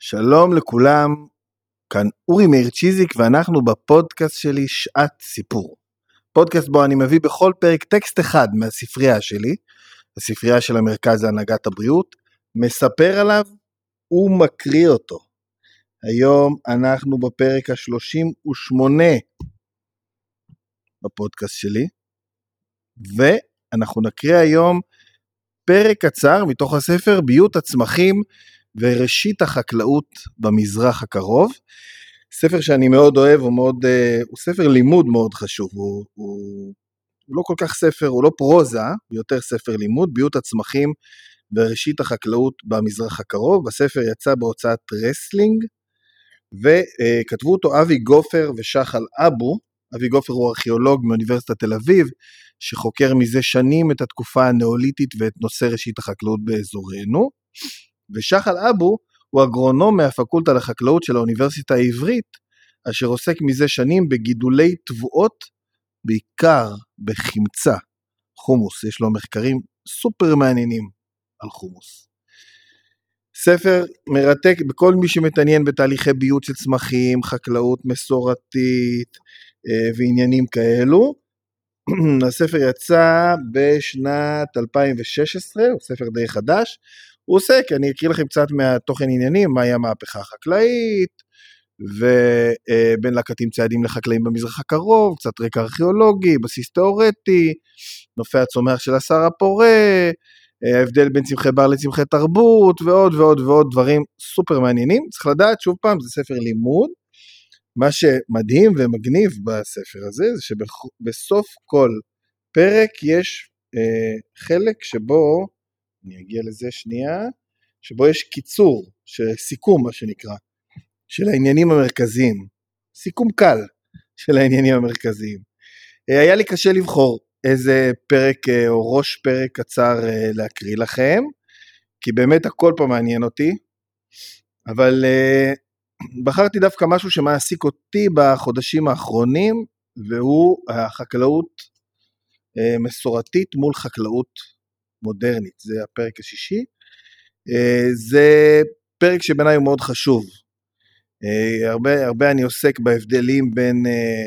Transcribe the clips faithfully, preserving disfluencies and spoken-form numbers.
שלום לכולם, כאן אורי מאיר צ'יזיק ואנחנו בפודקאסט שלי שעת סיפור. פודקאסט בו אני מביא בכל פרק טקסט אחד מהספרייה שלי, הספרייה של המרכז להנהגת הבריאות, מספר עליו ומקריא אותו. היום אנחנו בפרק ה-שלושים ושמונה בפודקאסט שלי, ואנחנו נקריא היום פרק קצר מתוך הספר ביות הצמחים וראשית החקלאות במזרח הקרוב. ספר שאני מאוד אוהב, הוא, מאוד, הוא ספר לימוד מאוד חשוב, הוא, הוא, הוא לא כל כך ספר, הוא לא פרוזה, הוא יותר ספר לימוד, ביות הצמחים וראשית החקלאות במזרח הקרוב. בספר יצא בהוצאת רסלינג, וכתבו אותו אבי גופר ושחל אבו. אבי גופר הוא ארכיאולוג מאוניברסיטת תל אביב, שחוקר מזה שנים את התקופה הנאוליתית ואת נושא ראשית החקלאות באזורנו, ושחל אבו הוא אגרונום מהפקולטה לחקלאות של האוניברסיטה העברית, אשר עוסק מזה שנים בגידולי תבואות, בעיקר בחמצה, חומוס. יש לו מחקרים סופר מעניינים על חומוס. ספר מרתק בכל מי שמתעניין בתהליכי ביות של צמחים, חקלאות מסורתית ועניינים כאלו. הספר יצא בשנת אלפיים ושש עשרה, הוא ספר די חדש. הוא עוסק, אני אקריא לכם קצת מהתוכן עניינים, מהי המהפכה החקלאית, ובין לקטים צעדים לחקלאים במזרח הקרוב, קצת רקע ארכיאולוגי, בסיס תיאורטי, נופי הצומח של השר הפורה, ההבדל בין צמחי בר לצמחי תרבות, ועוד ועוד ועוד דברים סופר מעניינים. צריך לדעת, שוב פעם, זה ספר לימוד. מה שמדהים ומגניב בספר הזה, זה שבסוף כל פרק יש אה, חלק שבו, אני אגיע לזה שנייה, שבו יש קיצור, סיכום מה שנקרא, של העניינים המרכזיים, סיכום קל של העניינים המרכזיים. היה לי קשה לבחור איזה פרק או ראש פרק קצר להקריא לכם, כי באמת הכל פה מעניין אותי, אבל בחרתי דווקא משהו שמעסיק אותי בחודשים האחרונים, והוא החקלאות מסורתית מול חקלאות מודרנית. זה הפרק השישי. זה פרק שבעיניי הוא מאוד חשוב. הרבה, הרבה אני עוסק בהבדלים בין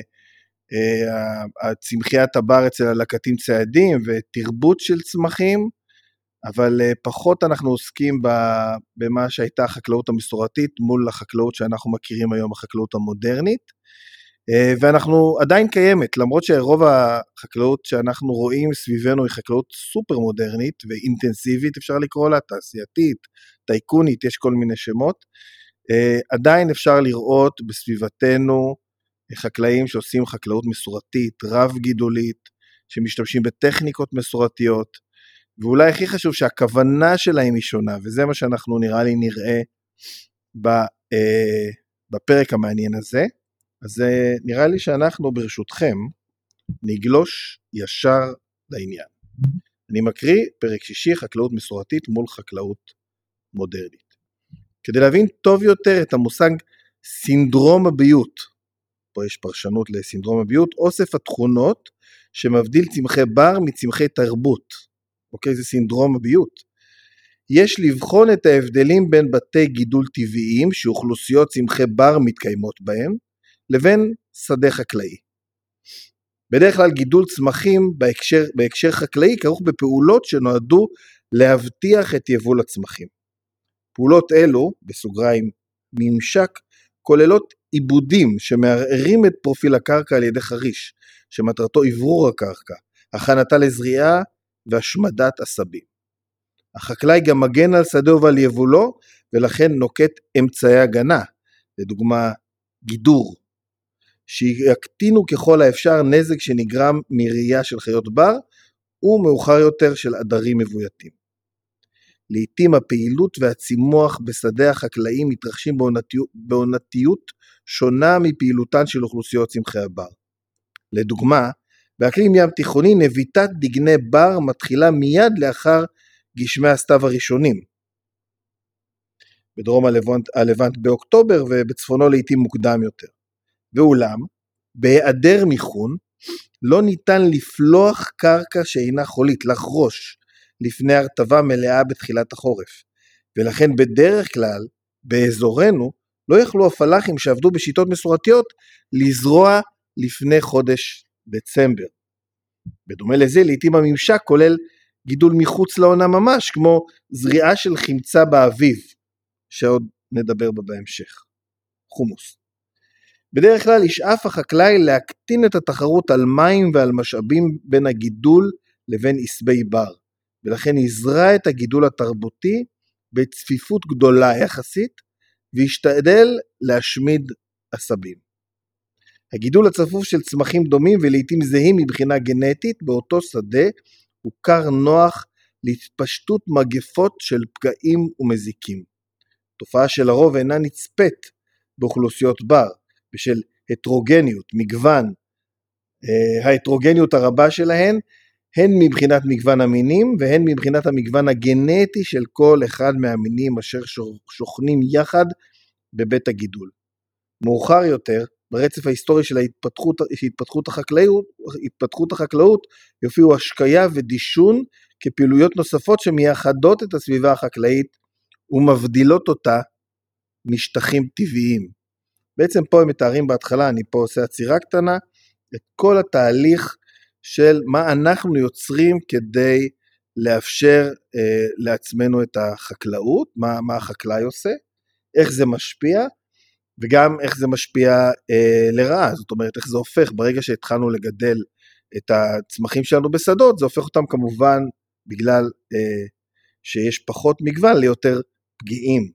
הצמחיית הבר אצל הלקטים צעדים ותרבות של צמחים, אבל פחות אנחנו עוסקים במה שהייתה החקלאות המסורתית מול החקלאות שאנחנו מכירים היום, החקלאות המודרנית. ואנחנו עדיין קיימת, למרות שרוב החקלאות שאנחנו רואים סביבנו היא חקלאות סופר מודרנית ואינטנסיבית, אפשר לקרוא לה, תעשייתית, טייקונית, יש כל מיני שמות. עדיין אפשר לראות בסביבתנו חקלאים שעושים חקלאות מסורתית, רב גידולית, שמשתמשים בטכניקות מסורתיות, ואולי הכי חשוב שהכוונה שלהם היא שונה, וזה מה שאנחנו נראה לי נראה בפרק המעניין הזה. אז נראה לי שאנחנו ברשותכם נגלוש ישר לעניין. אני מקריא פרק שישי, חקלאות מסורתית מול חקלאות מודרנית. כדי להבין טוב יותר את המושג סינדרום הביות, פה יש פרשנות לסינדרום הביות, אוסף התכונות שמבדיל צמחי בר מצמחי תרבות. אוקיי, זה סינדרום הביות. יש לבחון את ההבדלים בין בתי גידול טבעיים שאוכלוסיות צמחי בר מתקיימות בהם, לבין שדה חקלאי. בדרך כלל גידול צמחים בהקשר, בהקשר חקלאי כרוך בפעולות שנועדו להבטיח את יבול הצמחים. פעולות אלו, בסוגריים ממשק, כוללות עיבודים שמערערים את פרופיל הקרקע על ידי חריש, שמטרתו עברור הקרקע, הכנתה לזריעה והשמדת עשבים. החקלאי גם מגן על שדהו ועל יבולו, ולכן נוקט אמצעי הגנה, לדוגמה גידור, שיקטינו ככל האפשר נזק שנגרם מראייה של חיות בר, ומאוחר יותר של עדרים מבויתים. לעתים הפעילות והצימוח בשדה החקלאים מתרחשים בעונתיות, בעונתיות שונה מפעילותן של אוכלוסיות צמחי הבר. לדוגמה, באקלים ים תיכוני נביטת דגני בר מתחילה מיד לאחר גשמי הסתיו הראשונים. בדרום הלבנט, הלבנט באוקטובר ובצפונו לעתים מוקדם יותר. ואולם, בהיעדר מיכון, לא ניתן לפלוח קרקע שאינה חולית, לחרוש, לפני הרטבה מלאה בתחילת החורף, ולכן בדרך כלל באזורנו לא יכלו הפלחים שעבדו בשיטות מסורתיות לזרוע לפני חודש דצמבר. בדומה לזה, לעתים הממשק כולל גידול מחוץ לעונה ממש, כמו זריעה של חמצה באביב, שעוד נדבר בה בהמשך, חומוס. בדרך כלל ישאף החקלאי להקטין את התחרות על מים ועל משאבים בין הגידול לבין עשבי בר, ולכן יזרע את הגידול התרבותי בצפיפות גדולה יחסית, וישתדל להשמיד עשבים. הגידול הצפוף של צמחים דומים ולעיתים זהים מבחינה גנטית באותו שדה, הוא כר נוח להתפשטות מגפות של פגעים ומזיקים. תופעה שלרוב אינה נצפית באוכלוסיות בר, בשל הטרוגניות, מגוון, ההטרוגניות הרבה שלהן, הן מבחינת מגוון המינים והן מבחינת המגוון הגנטי של כל אחד מהמינים אשר שוכנים יחד בבית הגידול. מאוחר יותר, ברצף ההיסטורי של ההתפתחות, התפתחות החקלאות, התפתחות החקלאות יופיעו השקיה ודישון כפעילויות נוספות שמייחדות את הסביבה החקלאית ומבדילות אותה משטחים טבעיים. בעצם פה הם מתארים בהתחלה, אני פה עושה עצירה קטנה, את כל התהליך של מה אנחנו יוצרים כדי לאפשר אה, לעצמנו את החקלאות, מה, מה החקלאי עושה, איך זה משפיע, וגם איך זה משפיע אה, לרעה, זאת אומרת איך זה הופך, ברגע שהתחלנו לגדל את הצמחים שלנו בשדות, זה הופך אותם כמובן בגלל אה, שיש פחות מגוון ליותר פגיעים.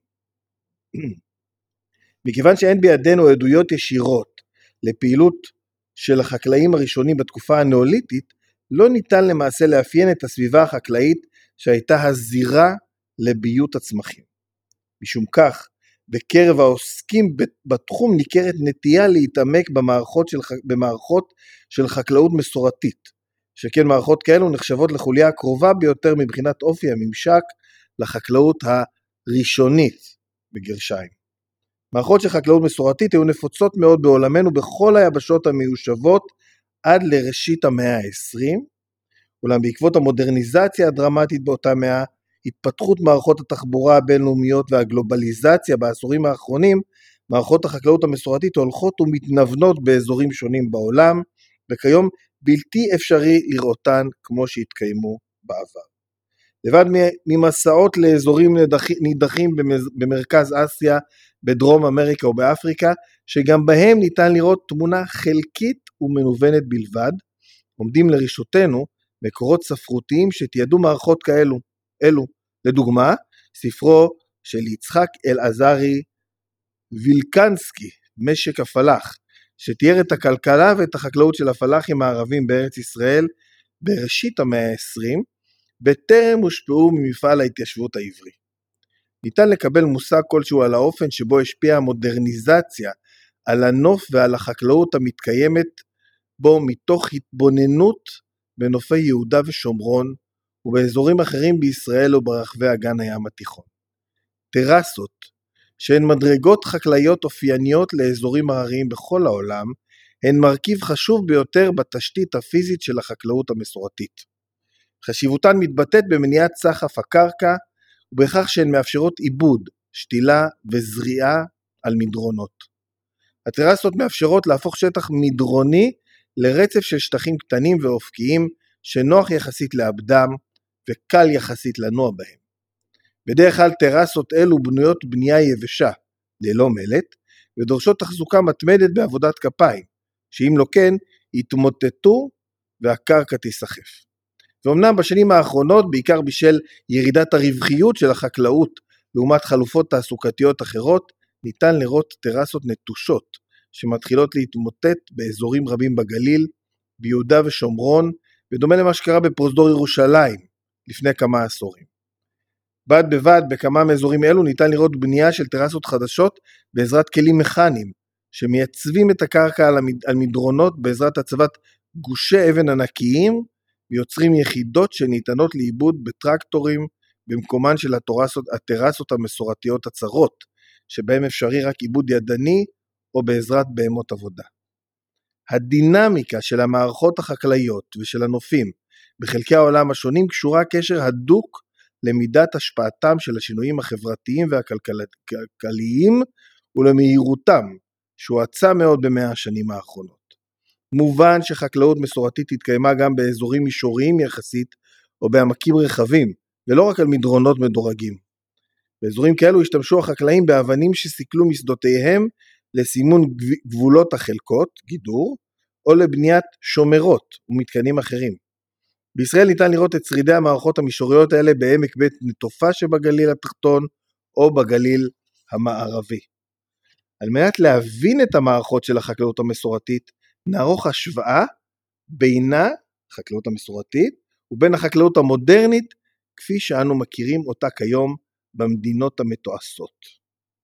מכיוון שאין בידינו עדויות ישירות לפעילות של החקלאים הראשונים בתקופה הנאוליתית, לא ניתן למעשה לאפיין את הסביבה החקלאית שהייתה הזירה לביות הצמחים. משום כך, בקרב העוסקים בתחום ניכרת נטייה להתעמק במערכות של, במערכות של חקלאות מסורתית, שכן מערכות כאלו נחשבות לחוליה הקרובה ביותר מבחינת אופי הממשק לחקלאות הראשונית בגרשיים. מערכות של חקלאות מסורתית היו נפוצות מאוד בעולמנו בכל היבשות המיושבות עד לראשית המאה ה-עשרים, אולם בעקבות המודרניזציה הדרמטית באותה מאה, התפתחות מערכות התחבורה הבינלאומיות והגלובליזציה בעשורים האחרונים, מערכות החקלאות המסורתית הולכות ומתנוונות באזורים שונים בעולם, וכיום בלתי אפשרי לראותן כמו שהתקיימו בעבר. לבד ממסעות לאזורים נידחים במרכז אסיה, בדרום אמריקה ובאפריקה, שגם בהם ניתן לראות תמונה חלקית ומנוונת בלבד, עומדים לרשותנו מקורות ספרותיים שתיעדו מערכות כאלו, אלו. לדוגמה, ספרו של יצחק אלעזרי וילקנסקי, משק הפלח, שתיאר את הכלכלה ואת החקלאות של הפלחים הערבים בארץ ישראל בראשית המאה ה-עשרים, בטרם הושפעו ממפעל ההתיישבות העברי. ניתן לקבל מושג כלשהו על האופן שבו השפיעה המודרניזציה על הנוף ועל החקלאות המתקיימת בו מתוך התבוננות בנופי יהודה ושומרון ובאזורים אחרים בישראל וברחבי אגן הים התיכון. טרסות, שהן מדרגות חקלאיות אופייניות לאזורים הרריים בכל העולם, הן מרכיב חשוב ביותר בתשתית הפיזית של החקלאות המסורתית. חשיבותן מתבטאת במניעת סחף הקרקע, ובכך שהן מאפשרות עיבוד, שתילה וזריעה על מדרונות. הטרסות מאפשרות להפוך שטח מדרוני לרצף של שטחים קטנים ואופקיים, שנוח יחסית לעבדם וקל יחסית לנוע בהם. בדרך כלל טרסות אלו בנויות בנייה יבשה, ללא מלט, ודורשות תחזוקה מתמדת בעבודת כפיים, שאם לא כן, יתמוטטו והקרקע תיסחף. ואומנם בשנים האחרונות, בעיקר בשל ירידת הרווחיות של החקלאות לעומת חלופות תעסוקתיות אחרות, ניתן לראות טרסות נטושות שמתחילות להתמוטט באזורים רבים בגליל, ביהודה ושומרון, בדומה למה שקרה בפרוזדור ירושלים לפני כמה עשורים. בד בבד בכמה מאזורים אלו ניתן לראות בנייה של טרסות חדשות בעזרת כלים מכניים, שמייצבים את הקרקע על מדרונות בעזרת הצבת גושי אבן ענקיים, ויוצרים יחידות שניתנות לעיבוד בטרקטורים במקומן של הטרסות, הטרסות המסורתיות הצרות, שבהם אפשרי רק עיבוד ידני או בעזרת בהמות עבודה. הדינמיקה של המערכות החקלאיות ושל הנופים בחלקי העולם השונים קשורה קשר הדוק למידת השפעתם של השינויים החברתיים והכלכליים ולמהירותם, שהואצה מאוד במאה השנים האחרונות. מובן שחקלאות מסורתית התקיימה גם באזורים מישוריים יחסית או בעמקים רחבים, ולא רק על מדרונות מדורגים. באזורים כאלו השתמשו החקלאים באבנים שסיכלו משדותיהם לסימון גבולות החלקות, גידור, או לבניית שומרות ומתקנים אחרים. בישראל ניתן לראות את שרידי המערכות המישוריות האלה בעמק בית נטופה שבגליל התחתון או בגליל המערבי. על מנת להבין את המערכות של החקלאות המסורתית, נערוך השוואה בינה, החקלאות המסורתית, ובין החקלאות המודרנית, כפי שאנו מכירים אותה כיום במדינות המתועשות.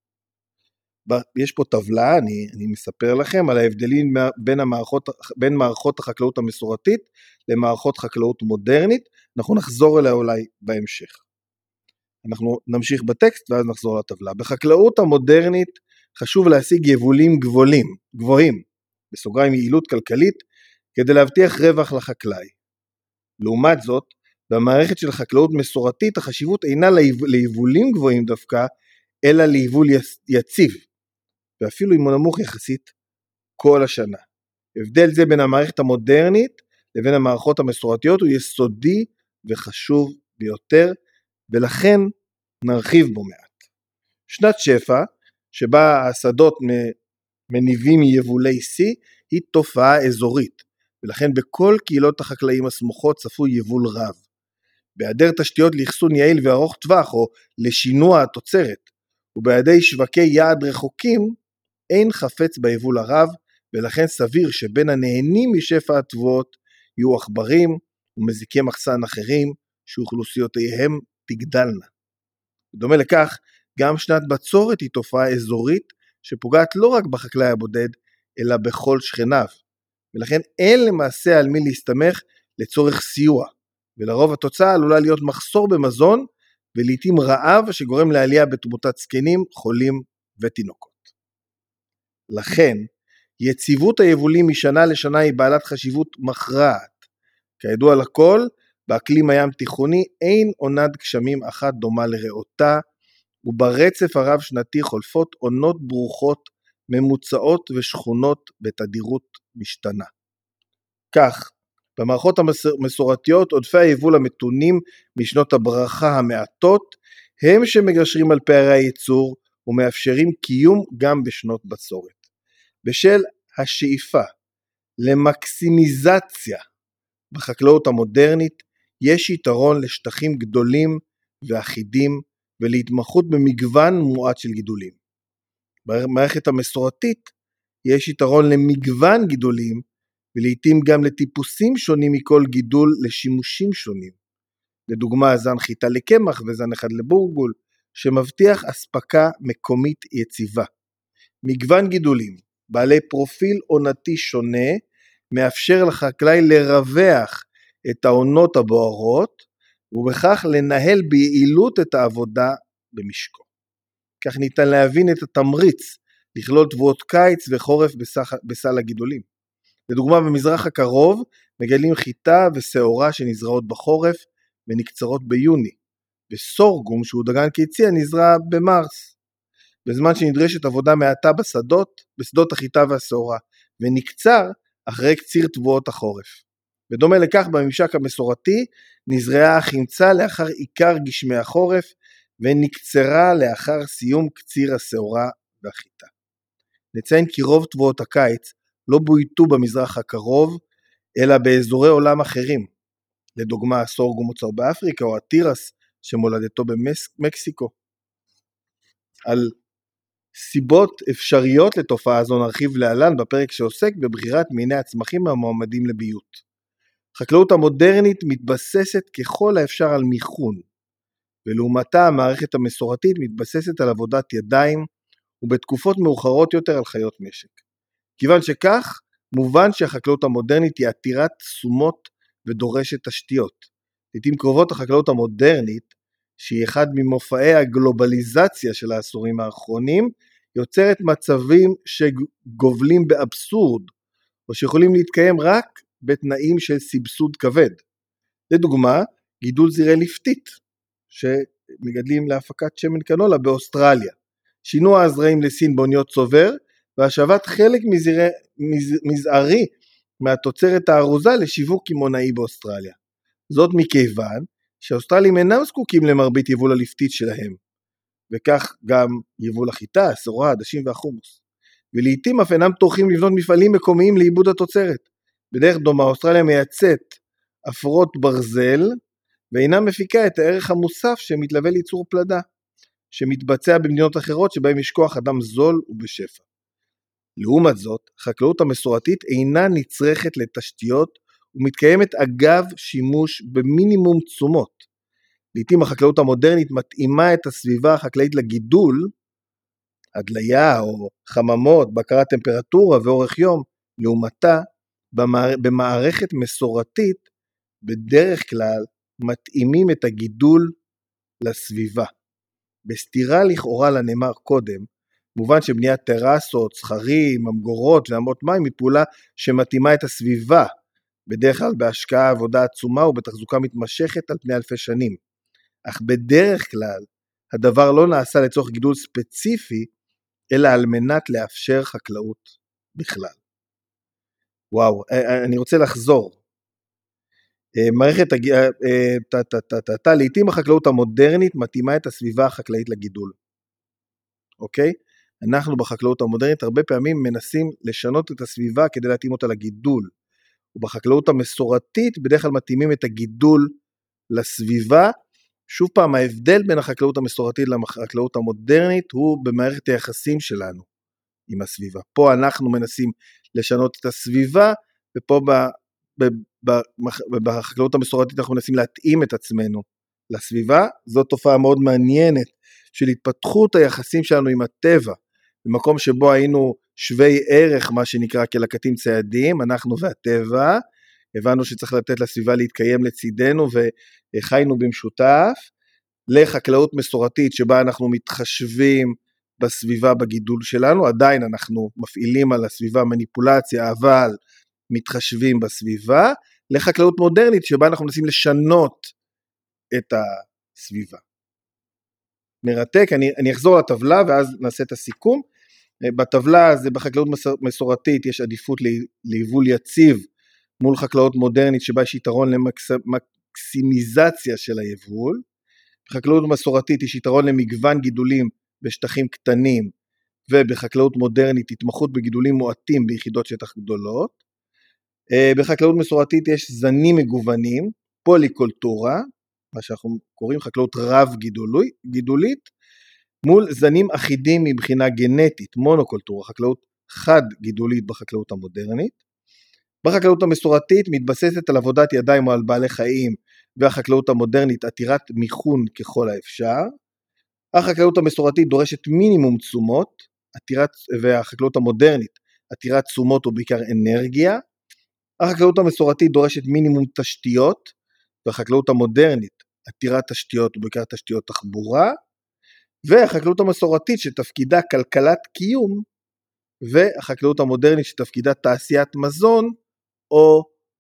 יש פה טבלה, אני, אני מספר לכם על ההבדלים בין, המערכות, בין מערכות החקלאות המסורתית למערכות חקלאות מודרנית, אנחנו נחזור אליה אולי בהמשך. אנחנו נמשיך בטקסט ואז נחזור לטבלה. בחקלאות המודרנית חשוב להשיג יבולים גבולים, גבוהים, בסוגריים יעילות כלכלית, כדי להבטיח רווח לחקלאי. לעומת זאת, במערכת של חקלאות מסורתית החשיבות אינה ליבולים גבוהים דווקא, אלא ליבול יציב, ואפילו אם הוא נמוך יחסית כל השנה. הבדל זה בין המערכת המודרנית לבין המערכות המסורתיות הוא יסודי וחשוב ביותר, ולכן נרחיב בו מעט. שנת שפע, שבה השדות מניבים יבולי C, היא תופעה אזורית, ולכן בכל קהילות החקלאים הסמוכות צפוי יבול רב. בהיעדר תשתיות לאחסון יעיל וארוך טווח או לשינוע התוצרת, ובהיעדר שווקי יעד רחוקים, אין חפץ ביבול הרב, ולכן סביר שבין הנהנים משפע התבואות יהיו עכברים ומזיקי מחסן אחרים שאוכלוסיותיהם תגדלנה. בדומה לכך, גם שנת בצורת היא תופעה אזורית שפוגעת לא רק בחקלאי הבודד, אלא בכל שכניו, ולכן אין למעשה על מי להסתמך לצורך סיוע, ולרוב התוצאה עלולה להיות מחסור במזון, ולעיתים רעב שגורם לעלייה בתמותת זקנים, חולים ותינוקות. לכן, יציבות היבולים משנה לשנה היא בעלת חשיבות מכרעת. כידוע לכל, באקלים הים תיכוני אין עונת גשמים אחת דומה לרעותה, וברצף הרב שנתי חולפות עונות ברוכות, ממוצעות ושכונות בתדירות משתנה. כך, במערכות המסורתיות עודפי היבול המתונים משנות הברכה המעטות, הם שמגשרים על פערי הייצור ומאפשרים קיום גם בשנות בצורת. בשל השאיפה למקסימיזציה בחקלאות המודרנית, יש יתרון לשטחים גדולים ואחידים ולהתמחות במגוון מועט של גידולים. במערכת המסורתית יש יתרון למגוון גידולים ולעיתים גם לטיפוסים שונים מכל גידול לשימושים שונים. לדוגמה זן חיטה לקמח וזן אחד לבורגול שמבטיח אספקה מקומית יציבה. מגוון גידולים בעלי פרופיל עונתי שונה מאפשר לחקלאי לרווח את העונות הבוערות ובכך לנהל ביעילות את העבודה במשקו. כך ניתן להבין את התמריץ לכלול תבואות קיץ וחורף בסך, בסל הגידולים. לדוגמה במזרח הקרוב מגדלים חיטה ושעורה שנזרעות בחורף ונקצרות ביוני, וסורגום שהוא דגן קיצי נזרע במרס, בזמן שנדרשת עבודה מעטה בשדות, בשדות החיטה והשעורה, ונקצר אחרי קציר תבואות החורף. בדומה לכך בממשק המסורתי נזרעה החמצה לאחר עיקר גשמי החורף, ונקצרה לאחר סיום קציר השעורה והחיטה. נציין כי רוב תבואות הקיץ לא בויתו במזרח הקרוב, אלא באזורי עולם אחרים, לדוגמה הסורגום מוצר באפריקה או התירס שמולדתו במקסיקו. על סיבות אפשריות לתופעה זו נרחיב להלן בפרק שעוסק בבחירת מיני הצמחים המועמדים לביות. חקלאות המודרנית מתבססת ככל האפשר על מיכון, ולעומתה המערכת המסורתית מתבססת על עבודת ידיים, ובתקופות מאוחרות יותר על חיות משק. כיוון שכך, מובן שהחקלאות המודרנית היא עתירת תשומות ודורשת תשתיות. לעתים קרובות החקלאות המודרנית, שהיא אחד ממופעי הגלובליזציה של העשורים האחרונים, יוצרת מצבים שגובלים באבסורד, או שיכולים להתקיים רק בתנאים של סבסוד כבד. לדוגמה, גידול זרעי ליפתית, שמגדלים להפקת שמן קנולה באוסטרליה. שינוע הזרעים לסין באוניות צובר, והשבת חלק מזערי, מז, מזערי מהתוצרת הארוזה לשיווק קמעונאי באוסטרליה. זאת מכיוון שהאוסטרלים אינם זקוקים למרבית יבול הליפתית שלהם, וכך גם יבול החיטה, הסורה, הדשים והחומוס. ולעיתים אף אינם טורחים לבנות מפעלים מקומיים לעיבוד התוצרת. בדרך דומה אוסטרליה מייצאת אפרות ברזל, ואינה מפיקה את הערך המוסף שמתלווה לייצור פלדה, שמתבצע במדינות אחרות שבהם יש כוח אדם זול ובשפע. לעומת זאת, החקלאות המסורתית אינה נצרכת לתשתיות, ומתקיימת אגב שימוש במינימום תשומות. לעתים החקלאות המודרנית מתאימה את הסביבה החקלאית לגידול, הדליה או חממות, בקרת טמפרטורה ואורך יום, לעומתה במערכת מסורתית, בדרך כלל מתאימים את הגידול לסביבה. בסתירה לכאורה לנאמר קודם, מובן שבניית טרסות, סחרים, ממגורות ואמות מים היא פעולה שמתאימה את הסביבה, בדרך כלל בהשקעה עבודה עצומה ובתחזוקה מתמשכת על פני אלפי שנים. אך בדרך כלל הדבר לא נעשה לצורך גידול ספציפי, אלא על מנת לאפשר חקלאות בכלל. וואו, אני רוצה לחזור. מערכת, לעתים החקלאות המודרנית מתאימה את הסביבה החקלאית לגידול. אוקיי? אנחנו בחקלאות המודרנית הרבה פעמים מנסים לשנות את הסביבה כדי להתאים אותה לגידול. ובחקלאות המסורתית בדרך כלל מתאימים את הגידול לסביבה. שוב פעם, ההבדל בין החקלאות המסורתית לחקלאות המודרנית הוא במערכת היחסים שלנו עם הסביבה. פה אנחנו מנסים לשנות את הסביבה, ופה ב, ב, ב, בחקלאות המסורתית אנחנו מנסים להתאים את עצמנו לסביבה. זאת תופעה מאוד מעניינת של התפתחות היחסים שלנו עם הטבע, במקום שבו היינו שווי ערך, מה שנקרא כלקטים ציידיים, אנחנו והטבע, הבנו שצריך לתת לסביבה להתקיים לצידנו, וחיינו במשותף, לחקלאות מסורתית שבה אנחנו מתחשבים בסביבה בגידול שלנו, עדיין אנחנו מפעילים על הסביבה מניפולציה, אבל מתחשבים בסביבה, לחקלאות מודרנית שבה אנחנו מנסים לשנות את הסביבה. מרתק, אני, אני אחזור לטבלה ואז נעשה את הסיכום. בטבלה זה בחקלאות מסורתית יש עדיפות ליבול יציב מול חקלאות מודרנית שבה יש יתרון למקסימיזציה של היבול. בחקלאות מסורתית יש יתרון למגוון גידולים בשטחים קטנים, ובחקלאות מודרנית התמחות בגידולים מועטים ביחידות שטח גדולות. בחקלאות מסורתית יש זנים מגוונים, פוליקולטורה, מה שאנחנו קוראים חקלאות רב גידולי, גידולית, מול זנים אחידים מבחינה גנטית, מונוקולטורה, חקלאות חד גידולית בחקלאות המודרנית. בחקלאות המסורתית מתבססת על עבודת ידיים או על בעלי חיים, והחקלאות המודרנית עתירת מיכון ככל האפשר. החקלאות המסורתית דורשת מינימום תשומות, עתירת, והחקלאות המודרנית עתירת תשומות ובעיקר אנרגיה. החקלאות המסורתית דורשת מינימום תשתיות, והחקלאות המודרנית עתירת תשתיות ובעיקר תשתיות תחבורה. והחקלאות המסורתית שתפקידה כלכלת קיום, והחקלאות המודרנית שתפקידה תעשיית מזון, או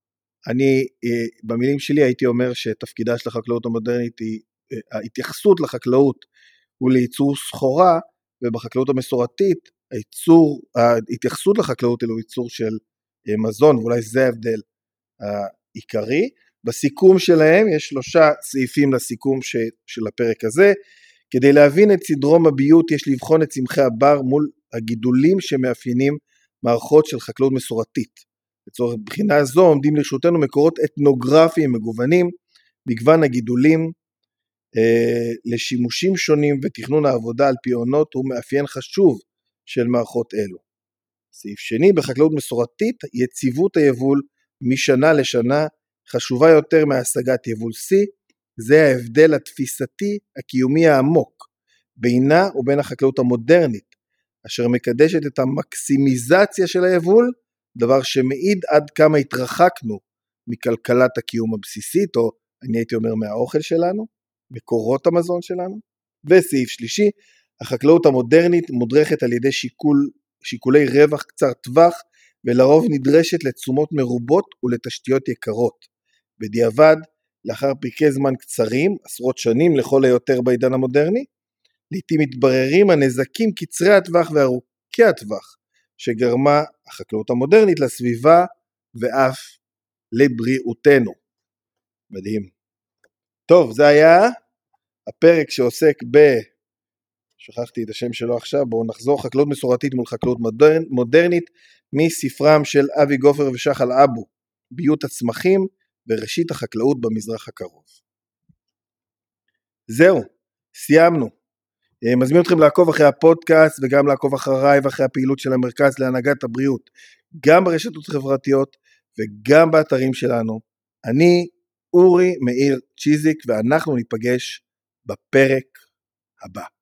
אני במילים שלי הייתי אומר שתפקידה של החקלאות המודרנית היא ההתייחסות לחקלאות ולייצור סחורה, ובחקלאות המסורתית הייצור, ההתייחסות לחקלאות אלו ייצור של מזון, ואולי זה ההבדל העיקרי. בסיכום שלהם יש שלושה סעיפים לסיכום ש, של הפרק הזה. כדי להבין את סדרום הביות יש לבחון את צמחי הבר מול הגידולים שמאפיינים מערכות של חקלאות מסורתית. לצורך בחינה זו עומדים לרשותנו מקורות אתנוגרפיים מגוונים, מגוון הגידולים אה, לשימושים שונים ותכנון העבודה על פי עונות הוא מאפיין חשוב של מערכות אלו. סעיף שני, בחקלאות מסורתית יציבות היבול משנה לשנה חשובה יותר מהשגת יבול C, זה ההבדל התפיסתי הקיומי העמוק בינה ובין החקלאות המודרנית, אשר מקדשת את המקסימיזציה של היבול, דבר שמעיד עד כמה התרחקנו מכלכלת הקיום הבסיסית, או אני הייתי אומר מהאוכל שלנו, מקורות המזון שלנו. וסעיף שלישי, החקלאות המודרנית מודרכת על ידי שיקול, שיקולי רווח קצר טווח, ולרוב נדרשת לתשומות מרובות ולתשתיות יקרות. בדיעבד, לאחר פרקי זמן קצרים, עשרות שנים לכל היותר בעידן המודרני, לעתים מתבררים הנזקים קצרי הטווח וארוכי הטווח שגרמה החקלאות המודרנית לסביבה ואף לבריאותנו. מדהים. טוב, זה היה הפרק שעוסק ב... שכחתי את השם שלו עכשיו, בואו נחזור, חקלאות מסורתית מול חקלאות מודרנ... מודרנית, מספרם של אבי גופר ושחל אבו, ביות הצמחים וראשית החקלאות במזרח הקרוב. זהו, סיימנו. מזמין אתכם לעקוב אחרי הפודקאסט וגם לעקוב אחריי ואחרי הפעילות של המרכז להנהגת הבריאות, גם ברשתות חברתיות וגם באתרים שלנו. אני אורי מאיר צ'יזיק ואנחנו ניפגש בפרק הבא.